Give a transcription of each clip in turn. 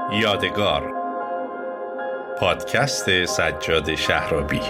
یادگار، پادکست سجاد شهرابی.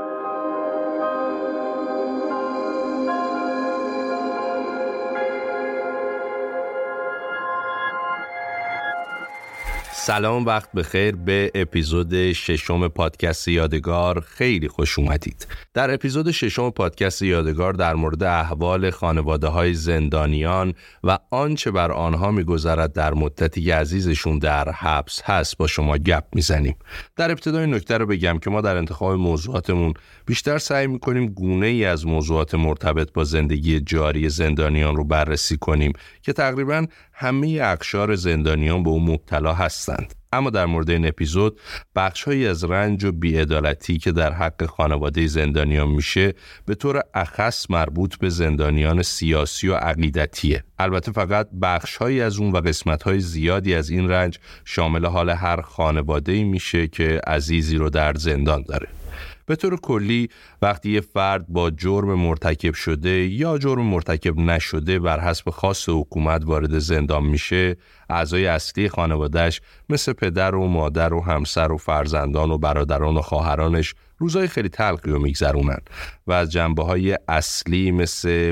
سلام، وقت بخیر به اپیزود 6 پادکست یادگار. خیلی خوش اومدید. در اپیزود 6 پادکست یادگار در مورد احوال خانواده‌های زندانیان و آنچه بر آنها می‌گذرد در مدتی که عزیزشون در حبس هست با شما گپ میزنیم. در ابتدای نکته رو بگم که ما در انتخاب موضوعاتمون بیشتر سعی می‌کنیم گونه‌ای از موضوعات مرتبط با زندگی جاری زندانیان رو بررسی کنیم که تقریباً همه اقشار زندانیان به اون مبتلا هستند. اما در مورد این اپیزود بخش‌هایی از رنج و بی‌عدالتی که در حق خانواده زندانیان میشه به طور اخص مربوط به زندانیان سیاسی و عقیدتیه. البته فقط بخش‌هایی از اون و قسمت‌های زیادی از این رنج شامل حال هر خانواده‌ای میشه که عزیزی رو در زندان داره. به طور کلی وقتی یه فرد با جرم مرتکب شده یا جرم مرتکب نشده بر حسب خواست حکومت وارد زندان میشه، اعضای اصلی خانواده‌اش مثل پدر و مادر و همسر و فرزندان و برادران و خواهرانش روزای خیلی تلخی رو میگذرونن و از جنبه‌های اصلی مثل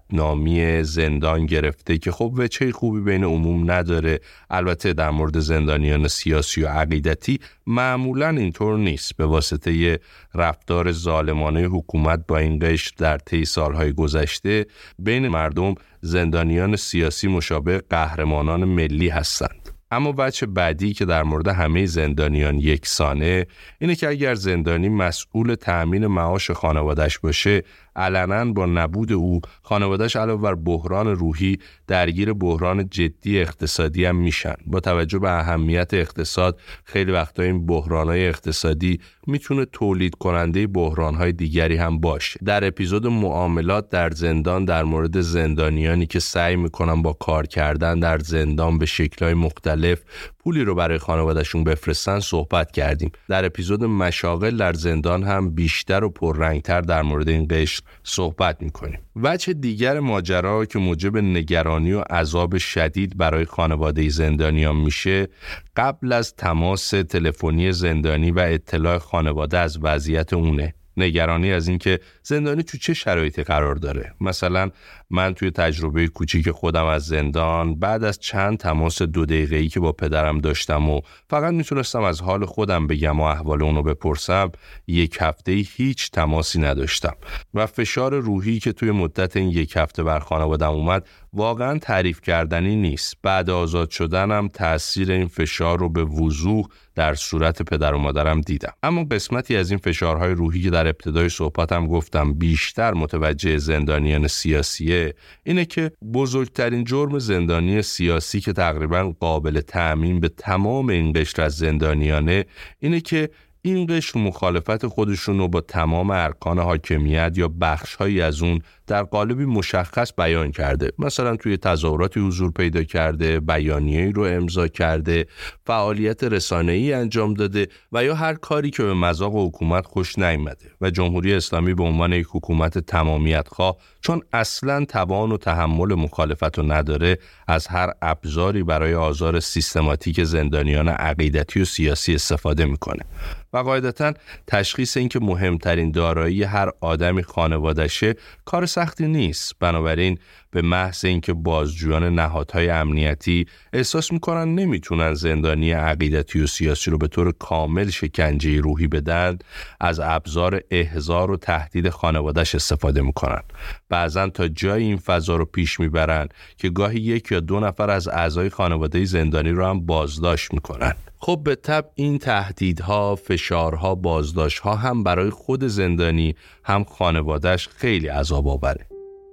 بدنامی زندان گرفته که خب وجه خوبی بین عموم نداره. البته در مورد زندانیان سیاسی و عقیدتی معمولاً اینطور نیست. به واسطه رفتار ظالمانه حکومت با این قشر در طی سالهای گذشته بین مردم زندانیان سیاسی مشابه قهرمانان ملی هستند. اما وجه بعدی که در مورد همه زندانیان یکسانه اینه که اگر زندانی مسئول تأمین معاش خانواده‌اش باشه، علنا با نبود او خانواده‌اش علاوه بر بحران روحی درگیر بحران جدی اقتصادی هم میشن. با توجه به اهمیت اقتصاد خیلی وقتا این بحران‌های اقتصادی میتونه تولید کننده بحران‌های دیگری هم باشه. در اپیزود معاملات در زندان در مورد زندانیانی که سعی میکنن با کار کردن در زندان به شکل‌های مختلف پولی رو برای خانواده‌شون بفرستن صحبت کردیم. در اپیزود مشاغل در زندان هم بیشتر و پررنگتر در مورد این قشر صحبت میکنیم. وجه دیگر ماجرا که موجب نگرانی و عذاب شدید برای خانواده زندانیان میشه، قبل از تماس تلفنی زندانی و اطلاع خانواده از وضعیت اونه. نگرانی از این که زندانی تو چه شرایطی قرار داره. مثلا من توی تجربه کوچیک خودم از زندان بعد از چند تماس 2 دقیقه‌ای که با پدرم داشتم و فقط میتونستم از حال خودم بگم و احوال اونو بپرسم، 1 هفته هیچ تماسی نداشتم و فشار روحی که توی مدت این 1 هفته بر خانواده‌ام اومد واقعا تعریف کردنی نیست. بعد آزاد شدنم تأثیر این فشار رو به وضوح در صورت پدر و مادرم دیدم. اما قسمتی از این فشارهای روحی که در ابتدای صحبتم گفتم بیشتر متوجه زندانیان سیاسیه، اینه که بزرگترین جرم زندانی سیاسی که تقریباً قابل تعمیم به تمام این قشر از زندانیانه اینه که این قشر مخالفت خودشون رو با تمام ارکان حاکمیت یا بخش‌هایی از اون در قالبی مشخص بیان کرده. مثلا توی تظاهراتی حضور پیدا کرده، بیانیه‌ای رو امضا کرده، فعالیت رسانه‌ای انجام داده و یا هر کاری که به مذاق حکومت خوش نیامده و جمهوری اسلامی به عنوان یک حکومت تمامیت‌خواه، چون اصلاً توان و تحمل مخالفت رو نداره، از هر ابزاری برای آزار سیستماتیک زندانیان عقیدتی و سیاسی استفاده میکنه. و قاعدتاً تشخیص این که مهمترین دارایی هر آدمی خانواده‌شه کار سختی نیست. بنابراین به محض اینکه بازجویان نهادهای امنیتی احساس میکنن نمیتونن زندانی عقیدتی و سیاسی رو به طور کامل شکنجه روحی بدن، از ابزار احضار و تهدید خانواده‌اش استفاده میکنن. بعضن تا جای این فضا رو پیش میبرن که گاهی 1 یا 2 نفر از اعضای خانواده زندانی رو هم بازداشت میکنن. خب به طبع این تهدیدها، فشارها، بازداشتها هم برای خود زندانی هم خانواده‌اش خیلی عذاب آوره.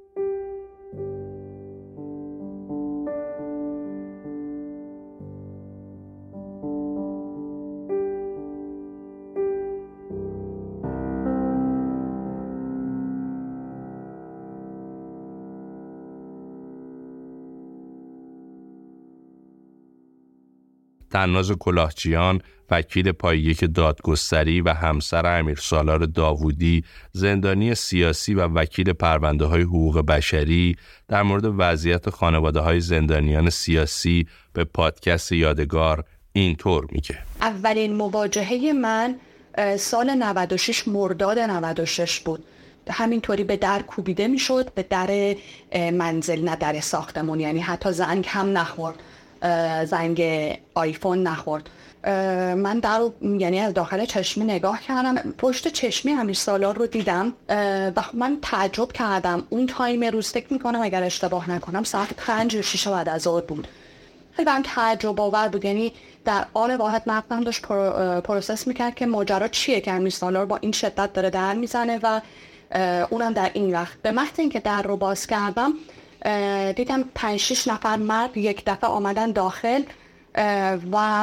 طناز کلاهچیان، وکیل پای 1 دادگستری و همسر امیرسالار داوودی، زندانی سیاسی و وکیل پرونده‌های حقوق بشری، در مورد وضعیت خانواده‌های زندانیان سیاسی به پادکست یادگار اینطور میگه: اولین مواجهه من سال 96 مرداد 96 بود. همینطوری به در کوبیده میشد، به در منزل، نه در ساختمون، یعنی حتی زنگ هم نخورد، زنگ آیفون نخورد. من یعنی از داخل چشمی نگاه کردم، پشت چشمی همیشسالار رو دیدم و من تعجب کردم. اون تایم روز فکر میکنم اگر اشتباه نکنم ساعت 5 یا 6 بعد از ظهر بود. خیلی برام تعجب آور بود، یعنی در آن واحد مغزم داشت پروسس میکرد که ماجرا چیه که همیشسالار با این شدت داره در میزنه و اونم در این وقت. به محض اینکه در رو باز کردم دیدم 5-6 نفر مرد یک دفعه آمدن داخل و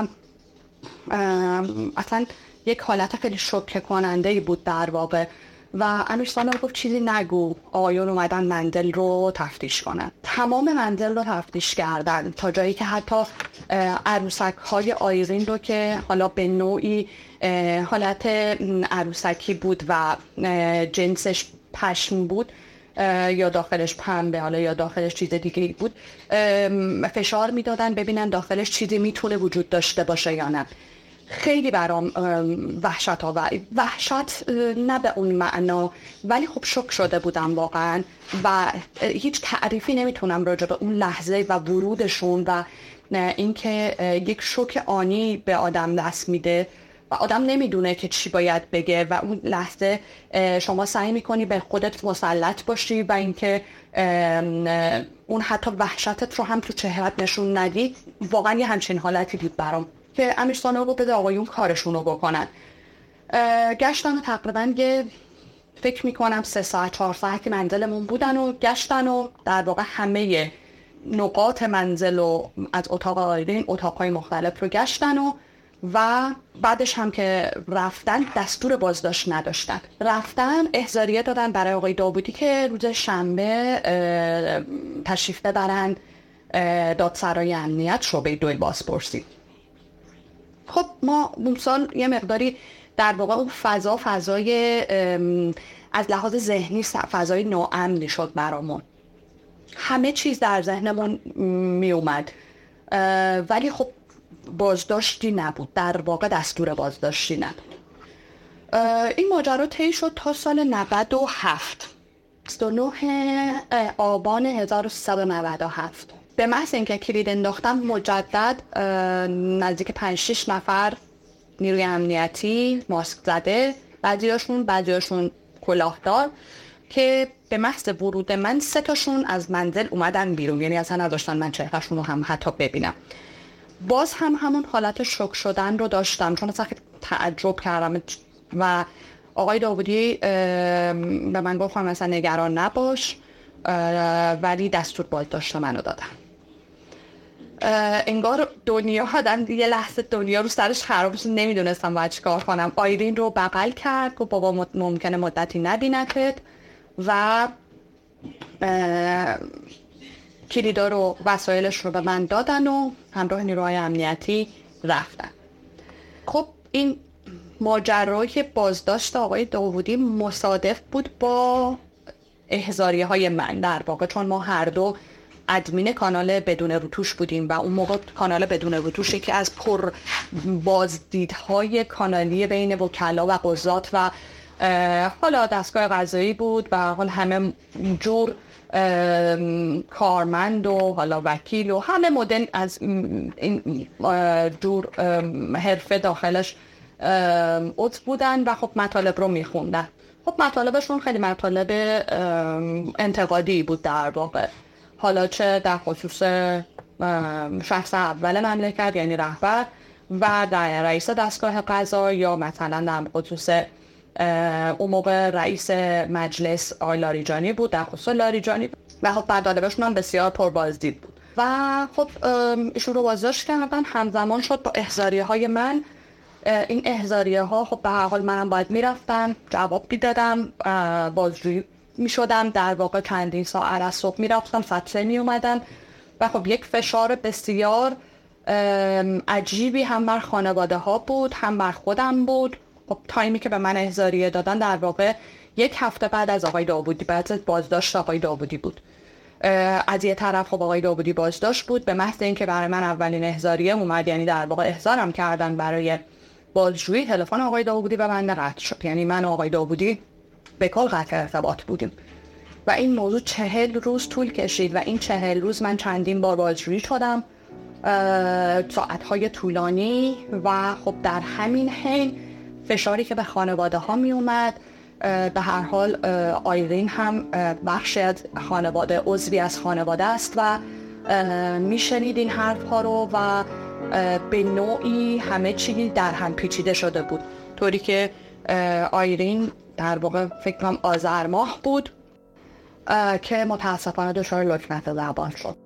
اصلا یک حالت خیلی شوکه کننده بود در واقع. و امیرسالار گفت چیزی نگو، آقایون اومدن منزل رو تفتیش کنن. تمام منزل رو تفتیش کردن تا جایی که حتی عروسک های آیرین رو که حالا به نوعی حالت عروسکی بود و جنسش پشم بود یا داخلش پنبه، حالا یا داخلش چیز دیگه بود، فشار میدادن ببینن داخلش چیزی میتونه وجود داشته باشه یا نه. خیلی برام وحشت نه به اون معنا، ولی خب شوک شده بودم واقعا و هیچ تعریفی نمیتونم راجع به اون لحظه و ورودشون و اینکه یک شوک آنی به آدم دست میده و آدم نمیدونه که چی باید بگه و اون لحظه شما سعی میکنی به خودت مسلط باشی و اینکه اون حتی وحشتت رو هم تو چهرت نشون ندی. واقعا یه همچین حالتی بود برام که امیرسالار رو بده آقایون کارشون رو بکنن. گشتن و تقریبا فکر میکنم 3 ساعت 4 ساعت منزلمون بودن و گشتن و در واقع همه نقاط منزل و از اتاق آیرین اتاقهای مختلف رو گشتن و بعدش هم که رفتن دستور بازداشت نداشتن. رفتن احضاریه دادن برای آقای داوودی که روز شنبه تشریف ببرن دادسرای امنیت شعبه 2 بازپرسی. خب ما اون سال یه مقداری در واقع اون فضای از لحاظ ذهنی فضای ناامنی شد برامون. همه چیز در ذهنمون می اومد ولی خب بازداشتی نبود، در واقع دستور بازداشتی نبود. این ماجرا طی شد تا سال 97 29 آبان 1397. به محض اینکه کلید انداختم مجدد نزدیک 5-6 نفر نیروی امنیتی ماسک زده، بعضیاشون کلاهدار، که به محض ورود من 3 تاشون از منزل اومدن بیرون، یعنی اصلا نذاشتن من چهرهشون رو هم حتی ببینم. باز هم همون حالت شوک شدن رو داشتم چون اصلا تعجب کردم و آقای داوودی به من گفت مثلا نگران نباش ولی دستور بازداشت منو دادن. انگار دنیا یه لحظه دنیا رو سرش خراب شد، نمیدونستم باید چیکار کنم. آیرین رو بغل کرد، گفت بابا ممکنه مدتی نبینتت و کلیدا رو وسایلش رو به من دادن و همراه نیروهای امنیتی رفتن. خب این ماجرای بازداشت آقای داوودی مصادف بود با احضاریه های من در واقع، چون ما هر دو ادمین کانال بدون روتوش بودیم و اون موقع کانال بدون روتوش یکی از پر بازدیدهای کانالی بین وکلا و قضات و حالا دستگاه قضایی بود و حالا همه جور کارمند و حالا وکیل و همه مدل از این جور حرفه داخلش عضو بودن و خب مطالب رو میخوندن. خب مطالبشون خیلی مطالب انتقادی بود در واقع، حالا چه در خصوص شخص اول مملکت یعنی رهبر و در رئیس دستگاه قضا، یا مثلا در خصوص اون موقع رئیس مجلس آقای لاریجانی بود، در خصوص لاریجانی و خب مطالبشون هم بسیار پربازدید بود و خب ایشون رو بازداشت کردن. همزمان شد با احضاریه های من. این احضاریه ها خب به هر حال منم باید میرفتم جواب میدادم، بازجویی میشدم، در واقع چندین ساعت از صبح میرفتم ساعت 3 میومدم و خب یک فشار بسیار عجیبی هم بر خانواده ها بود هم بر خودم بود. خب تایمی که به من احضاریه دادن در واقع 1 هفته بعد از آقای داوودی، بعد از بازداشت آقای داوودی بود از یه طرف خب آقای داوودی بازداشت بود، به محض اینکه برای من اولین احضاریه اومد، یعنی در واقع احضارم کردن برای بازجویی، تلفن آقای داوودی به من قطع شد. یعنی من و آقای داوودی به کل قطع ارتباط بودیم و این موضوع 40 روز طول کشید و این 40 روز من چندین بار بازجویی شدم، ساعتهای طولانی، و خب در همین حین فشاری که به خانواده ها می اومد. به هر حال آیرین هم بخشی از خانواده، عضوی از خانواده است و میشنید این حرف ها رو و به نوعی همه چی در هم پیچیده شده بود، طوری که آیرین در واقع فکر کنم آذر ماه بود که متاسفانه دچار لکنت زبان شد.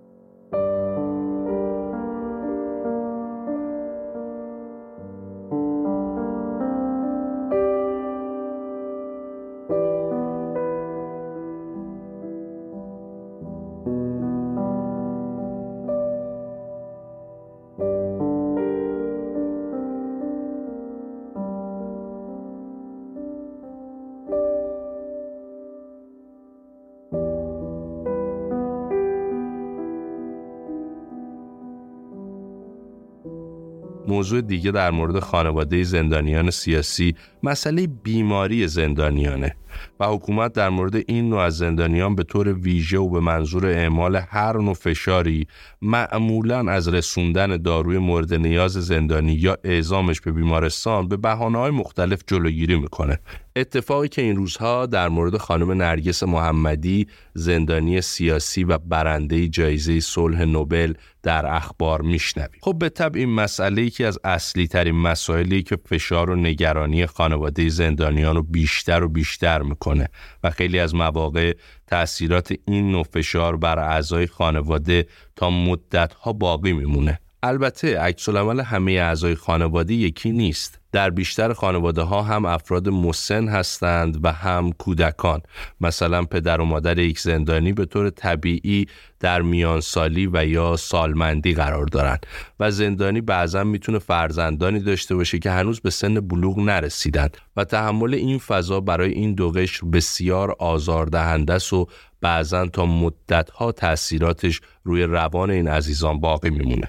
موضوع دیگه در مورد خانواده زندانیان سیاسی مسئله بیماری زندانیانه و حکومت در مورد این نوع از زندانیان به طور ویژه و به منظور اعمال هر نوع فشاری، معمولاً از رسوندن داروی مورد نیاز زندانی یا اعزامش به بیمارستان، به بهانه‌های مختلف جلوگیری میکنه. اتفاقی که این روزها در مورد خانم نرگس محمدی، زندانی سیاسی و برنده جایزه صلح نوبل، در اخبار میشنویم. خب به طبع این مسئله یکی از اصلی ترین مسائلی که فشار و نگرانی خانواده زندانیان رو بیشتر و بیشتر میکنه و خیلی از مواقع تأثیرات این نوع فشار بر اعضای خانواده تا مدت‌ها باقی میمونه. البته عکس‌العمل همه اعضای خانواده یکی نیست. در بیشتر خانواده ها هم افراد مسن هستند و هم کودکان. مثلا پدر و مادر یک زندانی به طور طبیعی در میانسالی و یا سالمندی قرار دارند و زندانی بعضا میتونه فرزندانی داشته باشه که هنوز به سن بلوغ نرسیدند و تحمل این فضا برای این دو قشر بسیار آزاردهنده است و بعضا تا مدت‌ها تأثیراتش روی روان این عزیزان باقی میمونه.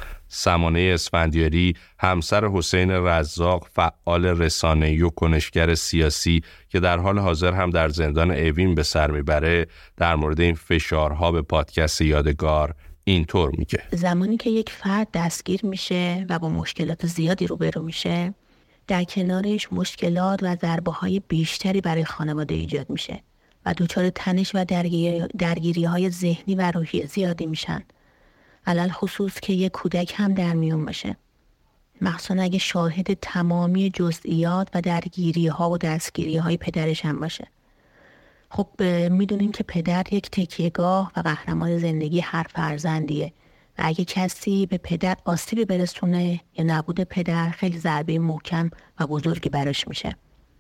سمانه اسفندیاری، همسر حسین رزاق، فعال رسانه‌ای و کنشگر سیاسی که در حال حاضر هم در زندان اوین به سر میبره، در مورد این فشارها به پادکست یادگار اینطور میگه: زمانی که یک فرد دستگیر میشه و با مشکلات زیادی روبرو میشه، در کنارش مشکلات و ضربه‌های بیشتری برای خانواده ایجاد میشه و دچار تنش و درگیری‌های ذهنی و روحی زیادی میشن. علل خصوص که یک کودک هم در میون باشه، مخصوصا اگه شاهد تمامی جزئیات و درگیری‌ها و دستگیری‌های پدرش هم باشه. خب میدونیم که پدر یک تکیهگاه و قهرمان زندگی هر فرزندیه و اگه کسی به پدر آسیبی برسونه یا نبود پدر، خیلی ضربه محکم و بزرگی براش میشه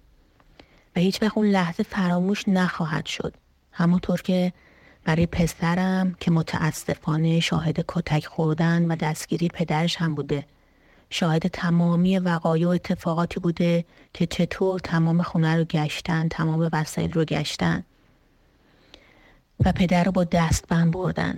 و هیچ وقت اون لحظه فراموش نخواهد شد. همونطور که برای پسرم که متاسفانه شاهد کتک خوردن و دستگیری پدرش هم بوده، شاهد تمامی وقایع و اتفاقاتی بوده که چطور تمام خونه رو گشتن، تمام وسایل رو گشتن و پدر رو با دستبند بردن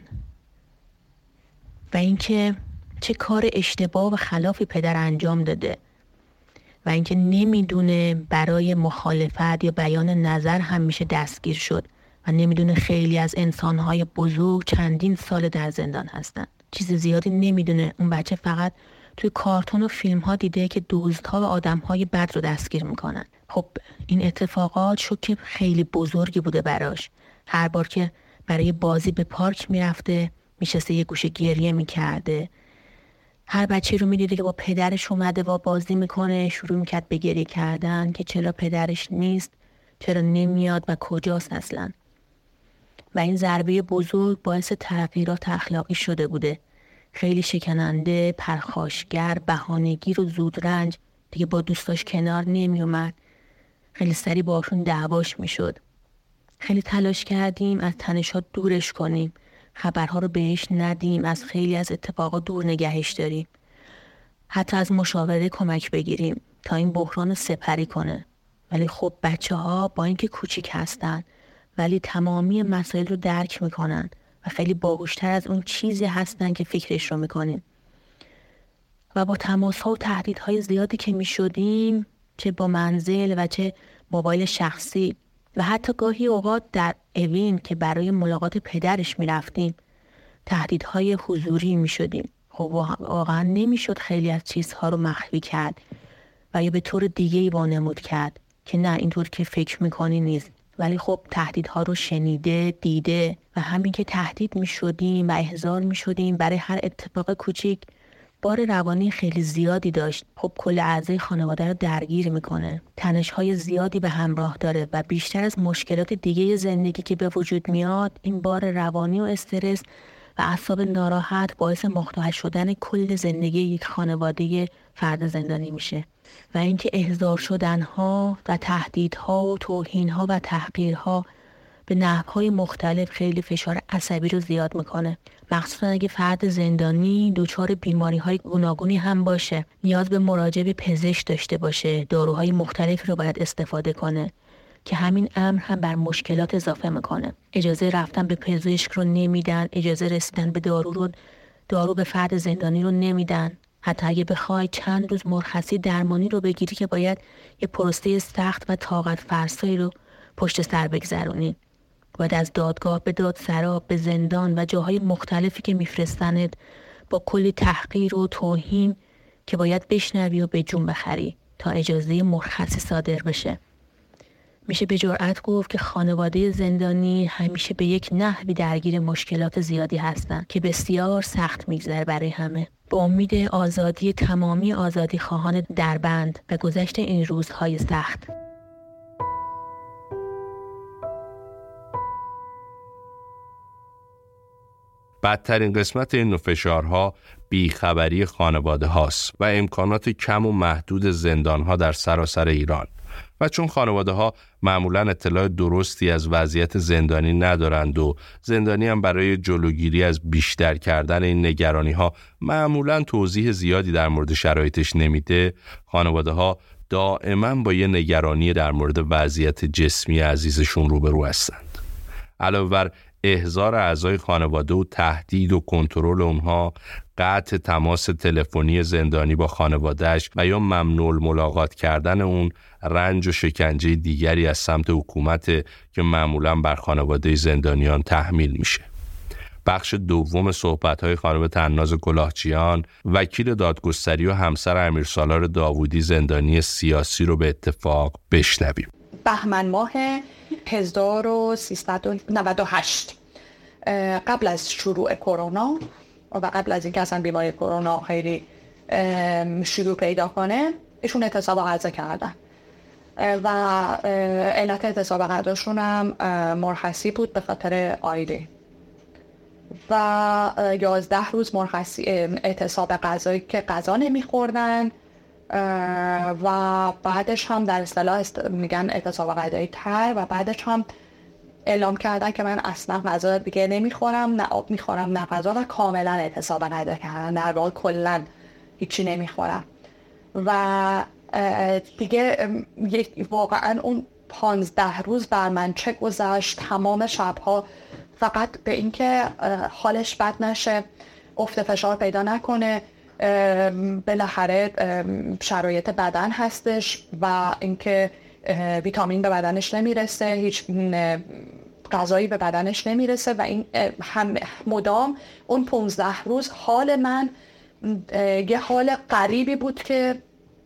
و اینکه چه کار اشتباه و خلافی پدر انجام داده و اینکه نمیدونه برای مخالفت یا بیان نظر هم میشه دستگیر شد و نمیدونه خیلی از انسانهای بزرگ چندین سال در زندان هستن. چیز زیادی نمیدونه. اون بچه فقط توی کارتون و فیلم ها دیده که دزدها و آدمهای بد رو دستگیر میکنن. خب این اتفاقات شوک خیلی بزرگی بوده براش. هر بار که برای بازی به پارک میرفته، میشسته یه گوشه گریه میکرده. هر بچه رو میدیده که با پدرش اومده و بازی میکنه، شروع میکرد به گریه کردن که چرا پدرش نیست، چرا نمیاد و کجاست اصلا. و این ضربه بزرگ باعث تغییرات اخلاقی شده بوده. خیلی شکننده، پرخاشگر، بهانه‌گیر و زودرنج، دیگه با دوستاش کنار نمی اومد. خیلی سریع باشون دعواش می شد. خیلی تلاش کردیم از تنش‌ها دورش کنیم، خبرها رو بهش ندیم، از خیلی از اتفاقات دور نگهش داریم. حتی از مشاوره کمک بگیریم تا این بحران سپری کنه. ولی خب بچه‌ها با اینکه کوچیک هستن ولی تمامی مسائل رو درک میکنن و خیلی باهوشتر از اون چیزی هستن که فکرش رو میکنیم. و با تماس‌ها و تهدیدهای زیادی که میشدیم، چه با منزل و چه موبایل شخصی و حتی گاهی اوقات در اوین که برای ملاقات پدرش میرفتیم تهدیدهای حضوری میشدیم. خب واقعا نمیشد خیلی از چیزها رو مخفی کرد و یا به طور دیگه‌ای وانمود کرد که نه اینطور که فکر میکنی نیست. ولی خب تهدیدها رو شنیده، دیده و همین که تهدید میشدیم و احضار میشدیم برای هر اتفاق کوچیک بار روانی خیلی زیادی داشت. خب کل اعضای خانواده رو درگیر میکنه، تنش‌های زیادی به همراه داره و بیشتر از مشکلات دیگه زندگی که به وجود میاد، این بار روانی و استرس و اعصاب ناراحت باعث مختل شدن کل زندگی یک خانواده فرد زندانی میشه و اینکه احضار شدنها و تهدیدها و توهینها و تحقیرها به نحوهای مختلف خیلی فشار عصبی رو زیاد میکنه، مخصوصا اگه فرد زندانی دچار بیماری‌های گوناگونی هم باشه، نیاز به مراجعه به پزشک داشته باشه، داروهای مختلفی رو باید استفاده کنه که همین امر هم بر مشکلات اضافه میکنه. اجازه رفتن به پزشک رو نمیدن، اجازه رسیدن به دارو به فرد زندانی رو نمیدن. حتی اگه بخوای چند روز مرخصی درمانی رو بگیری که باید یه پروسه سخت و طاقت فرسایی رو پشت سر بگذرونی. باید از دادگاه به دادسرا، به زندان و جاهای مختلفی که میفرستنت با کلی تحقیر و توهین که باید بشنوی و به جون بخری تا اجازه مرخصی صادر بشه. میشه به جرئت گفت که خانواده زندانی همیشه به یک نحوی درگیر مشکلات زیادی هستن که بسیار سخت میگذره برای همه. با امید آزادی تمامی آزادی خواهان دربند و گذشت این روزهای سخت. بدترین قسمت این نوع فشارها بیخبری خانواده هاست و امکانات کم و محدود زندان ها در سراسر ایران. و چون خانواده ها معمولاً اطلاع درستی از وضعیت زندانی ندارند و زندانی هم برای جلوگیری از بیشتر کردن این نگرانی ها معمولاً توضیح زیادی در مورد شرایطش نمیده، خانواده ها دائما با یه نگرانی در مورد وضعیت جسمی عزیزشون روبرو هستند. علاوه بر احضار اعضای خانواده و تهدید و کنترل اونها، قطع تماس تلفنی زندانی با خانوادهش و یا ممنوع ملاقات کردن اون، رنج و شکنجه دیگری از سمت حکومت که معمولاً بر خانواده زندانیان تحمیل میشه. بخش دوم صحبت‌های خانم طناز کلاهچیان، وکیل دادگستری و همسر امیرسالار داوودی زندانی سیاسی رو به اتفاق بشنویم. بهمن ماه 1398 قبل از شروع کرونا و قبل از اینکه اصلا بیماری کرونا خیلی شروع پیدا کنه، ایشون اعتصاب غذا کردن و علت اعتصاب غذاشون هم مرخصی بود به خاطر آیلی و 11 روز مرخصی اعتصاب غذایی که غذا نمیخوردن و بعدش هم در اصطلاح میگن اعتصاب غذایی تر و بعدش هم اعلام کردن که من اصلا غذا دیگه نمیخورم، نه آب میخورم نه غذا، و کاملا اعتصاب غذا کردن، در واقع کلا هیچی نمیخورم و دیگه واقعا اون 15 روز بر من چه گذشت. تمام شبها فقط به این که حالش بد نشه، افت فشار پیدا نکنه، بالاخره شرایط بدن هستش و اینکه ویتامین به بدنش نمیرسه، هیچ غذایی به بدنش نمیرسه و این هم مدام اون 15 روز حال من یه حال غریبی بود که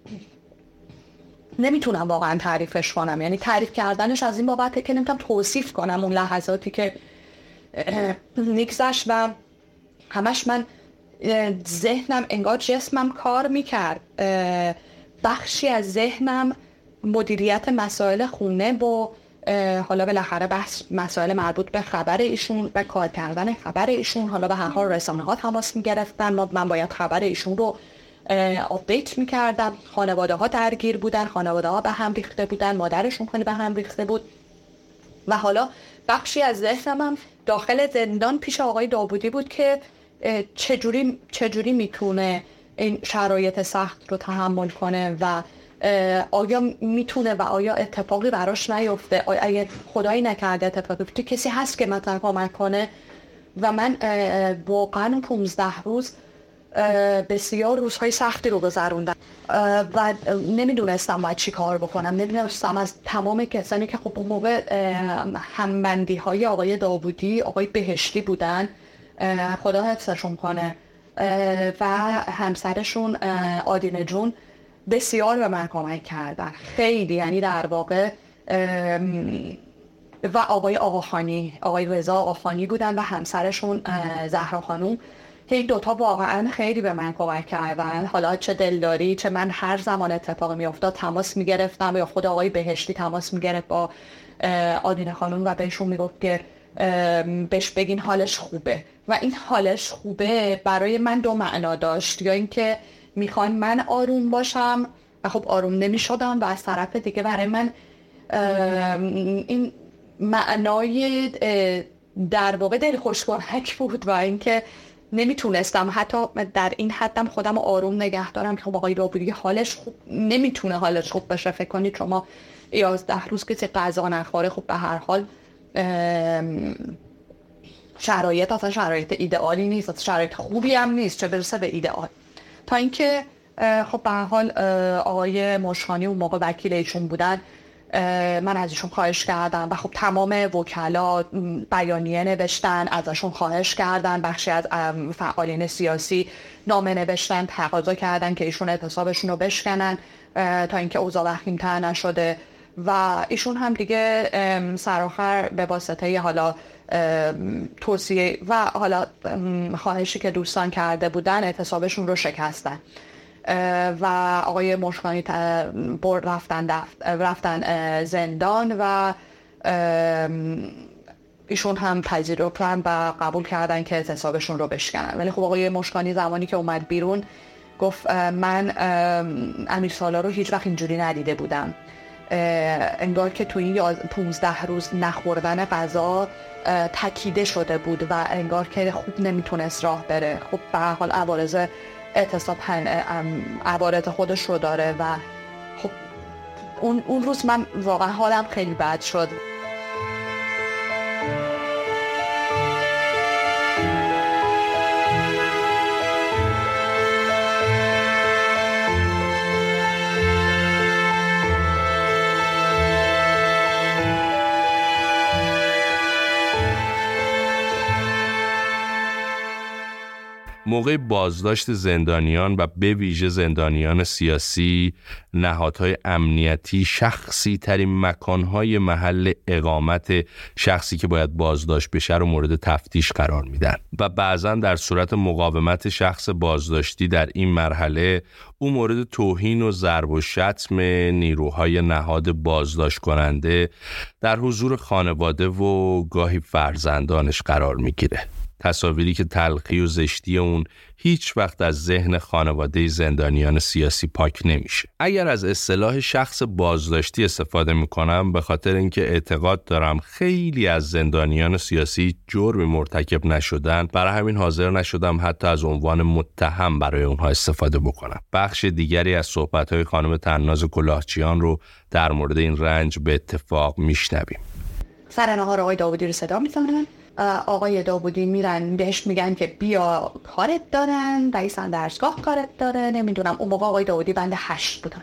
نمیتونم واقعا تعریفش کنم. یعنی تعریف کردنش از این بابته که نمیتونم توصیف کنم اون لحظاتی که نگذشت و همش من ذهنم انگار جسمم کار میکرد، بخشی از ذهنم مدیریت مسائل خونه با حالا بالاخره بحث مسائل مربوط به خبر ایشون و کار کردن خبر ایشون، حالا به هر حال رسانه ها تماس میگرفتن، من باید خبر ایشون رو آپدیت میکردم، خانواده ها درگیر بودن، خانواده ها به هم ریخته بودن، مادرشون خیلی به هم ریخته بود و حالا بخشی از ذهنم داخل زندان پیش آقای داوودی بود که چجوری میتونه این شرایط سخت رو تحمل کنه و آیا میتونه و آیا اتفاقی براش نیفته، اگه خدایی نکرده اتفاقی بیفته کسی هست که مثلا کمک کنه و من واقعا 15 روز بسیار روزهای سختی رو گذروندم و نمیدونستم باید چی کار بکنم. نمیدونستم از تمام کسانی که خب اون موقع همبندی های آقای داوودی، آقای بهشتی بودن، خدا حفظشون کنه، و همسرشون آدینه جون بسیار به من کمک کردن، خیلی، یعنی در واقع، و آقای آقاخانی، آقای رضا آقاخانی بودن و همسرشون زهرا خانوم، که این دوتا واقعا خیلی به من کمک کردن. حالا چه دلداری، چه من هر زمان اتفاقی میافتاد تماس میگرفتم، یا خود آقای بهشتی تماس میگرفت با آدینه خانوم و بهشون میگفت که بهش بگین حالش خوبه. و این حالش خوبه برای من دو معنا داشت، یا اینکه میخوان من آروم باشم و خب آروم نمیشدم، و از طرف دیگه برای من این معنای در واقع دل خوشگوارک بود و اینکه نمیتونستم حتی در این حدم خودم آروم نگه دارم که خب آقای داوودی حالش خوب نمیتونه حالش خوب بشه. فکر کنید شما 11 روز که غذا نخوره، خب به هر حال شرایط اصلا شرایط ایدئالی نیست، اصلا شرایط خوبی هم نیست، چه برسه به ایدئال. تا اینکه خب به هر حال آقای مشخانی اون موقع وکیل ایشون بودن، من از ایشون خواهش کردم و خب تمام وکلا بیانیه نوشتن، ازشون خواهش کردن، بخشی از فعالین سیاسی نامه نوشتن، تقاضا کردن که ایشون اعتصابشون رو بشکنن تا اینکه اوضاع وخیم‌تر نشده. و ایشون هم دیگه سرآخر به واسطه حالا توصیه و حالا خواهشی که دوستان کرده بودن اعتصابشون رو شکستن و آقای مشخانی رفتن زندان و ایشون هم پذیرفتن و قبول کردن که اعتصابشون رو بشکنن. ولی خب آقای مشخانی زمانی که اومد بیرون گفت من امیر سالار رو هیچ وقت اینجوری ندیده بودم، انگار که توی این 15 روز نخوردن غذا تکیده شده بود و انگار که خوب نمیتونست راه بره. خب به هر حال عوارض اعتصاب عوارض خودش رو داره و خب اون روز من واقعا حالم خیلی بد شد. موقع بازداشت زندانیان و به ویژه زندانیان سیاسی، نهادهای امنیتی شخصی ترین مکانهای محل اقامت شخصی که باید بازداشت بشه رو مورد تفتیش قرار میدن و بعضا در صورت مقاومت شخص بازداشتی در این مرحله او مورد توهین و ضرب و شتم نیروهای نهاد بازداشت کننده در حضور خانواده و گاهی فرزندانش قرار میگیره. تصاویری که تلخی و زشتی اون هیچ وقت از ذهن خانواده زندانیان سیاسی پاک نمیشه. اگر از اصطلاح شخص بازداشتی استفاده میکنم به خاطر اینکه اعتقاد دارم خیلی از زندانیان سیاسی جرم مرتکب نشدن، برای همین حاضر نشدم حتی از عنوان متهم برای اونها استفاده بکنم. بخش دیگری از صحبت‌های خانم طناز کلاهچیان رو در مورد این رنج به اتفاق میشنویم. سر نهار آقای داوودی رو صدا میزنن، آقای داوودی میرن بهش میگن که بیا کارت دارن، رئیس اندرسگاه کارت داره، نمیدونم. اون موقع آقای داوودی بند 8 بودن.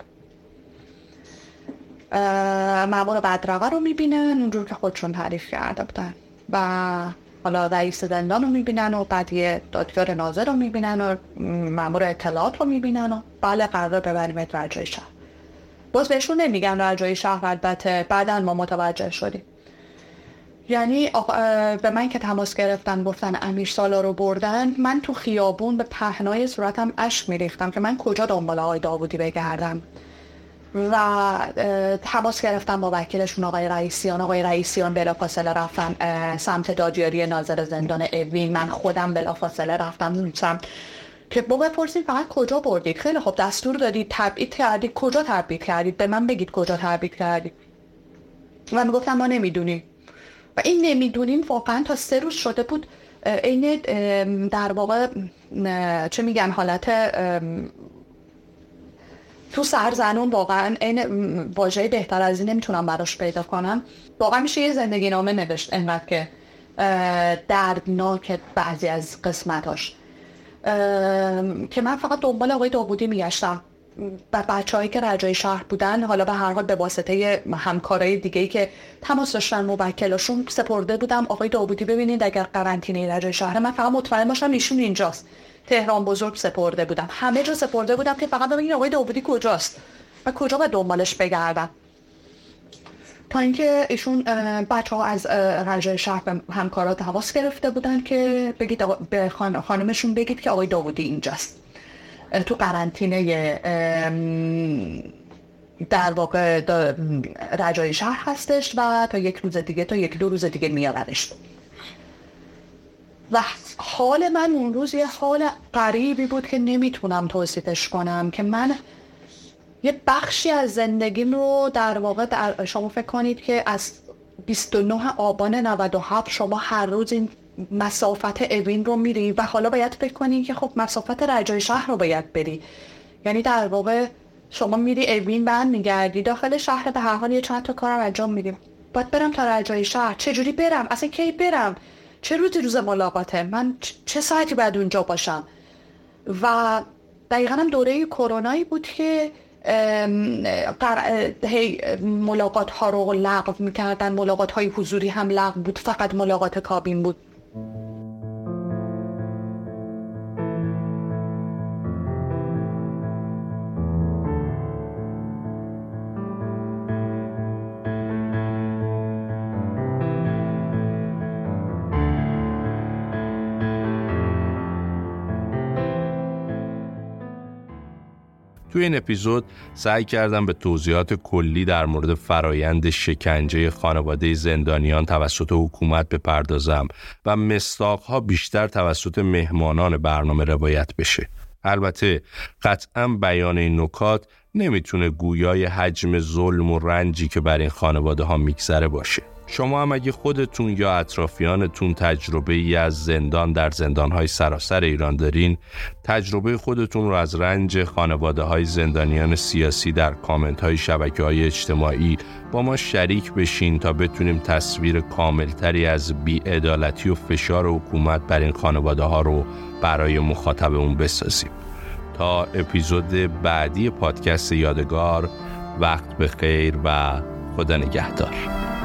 مأمور بدرقه رو میبینن اونجور که خودشون تعریف کرده بودن و حالا رئیس زندان رو میبینن و بعد یه دادگاه ناظر رو میبینن و مأمور اطلاعات رو میبینن و بله قرار ببریمت رجای شهر. باز بهشون نمیگن رجای شهر، البته بعدن ما متوجه شدیم. یعنی به من که تماس گرفتن گفتن امیر سالار رو بردن، من تو خیابون به پهنای صورتم اشک میریختم که من کجا دنبال آقای داوودی بگردم و تماس گرفتم با وکیلشون آقای رئیسیان. آقای رئیسیان بلافاصله رفتن سمت دادیاری ناظر زندان اوین، من خودم بلافاصله رفتم سمت که بپرسید فقط کجا بردید. خیلی خب دستور دادید تبعید کردید، کجا تبعید کردید؟ به من بگید کجا تبعید کردید. من گفتم ما نمیدونیم و این نمیدونیم واقعا تا 3 روز شده بود. این در واقع چه میگن حالت تو سرزنون، واقعا این واژه بهتر از این نمیتونم براش پیدا کنم. واقعا میشه یه زندگی نامه نوشت، انقدر که دردناک بعضی از قسمتاش که من فقط دنبال آقای داوودی میگشتم و بچه‌هایی که رجای شهر بودن، حالا به هر حال به واسطه همکارای دیگه‌ای که تماس داشتن موکلاشون، سپرده بودم آقای داوودی ببینید اگر قرنطینه رجای شهر من فقط مطمئن باشم ایشون اینجاست. تهران بزرگ سپرده بودم، همه جا سپرده بودم که فقط ببینید آقای داوودی کجاست و کجا باید دنبالش بگردم. تا اینکه ایشون بچه‌ها از رجای شهر به همکارا تماس گرفته بودن که بگید به خانمشون بگید که آقای داوودی اینجاست، تو قرنطینه در واقع رجای شهر هستش و تا یک دو روز دیگه میارنش. و حال من اون روز یه حال غریبی بود که نمیتونم توصیفش کنم، که من یه بخشی از زندگیم رو در واقع شما فکر کنید که از 29 آبان 97 شما هر روز این مسافت اوین رو میری و حالا باید فکر کنید که خب مسافت رجای شهر رو باید بری، یعنی در واقع شما میری اوین بعد میگردی داخل شهر، به هر حال یه چند تا کارم انجام میدیم، باید برم تا رجای شهر، چه جوری برم، اصلا کی برم، چه روز ملاقاته، من چه ساعتی باید اونجا باشم. و دقیقاً هم دوره کرونایی بود که ملاقات ها رو لغو میکردن، ملاقات های حضوری هم لغو بود، فقط ملاقات کابین بود. توی این اپیزود سعی کردم به توضیحات کلی در مورد فرایند شکنجه خانواده زندانیان توسط حکومت بپردازم و مصداق‌ها بیشتر توسط مهمانان برنامه روایت بشه. البته قطعاً بیان این نکات نمیتونه گویای حجم ظلم و رنجی که بر این خانواده ها میگذره باشه. شما هم اگه خودتون یا اطرافیانتون تجربه ای از زندان در زندان‌های سراسر ایران دارین، تجربه خودتون رو از رنج خانواده‌های زندانیان سیاسی در کامنت‌های شبکه‌های اجتماعی با ما شریک بشین تا بتونیم تصویر کاملتری از بی‌عدالتی و فشار حکومت بر این خانواده‌ها رو برای مخاطبمون بسازیم. تا اپیزود بعدی پادکست یادگار، وقت بخیر و خدا نگهدار.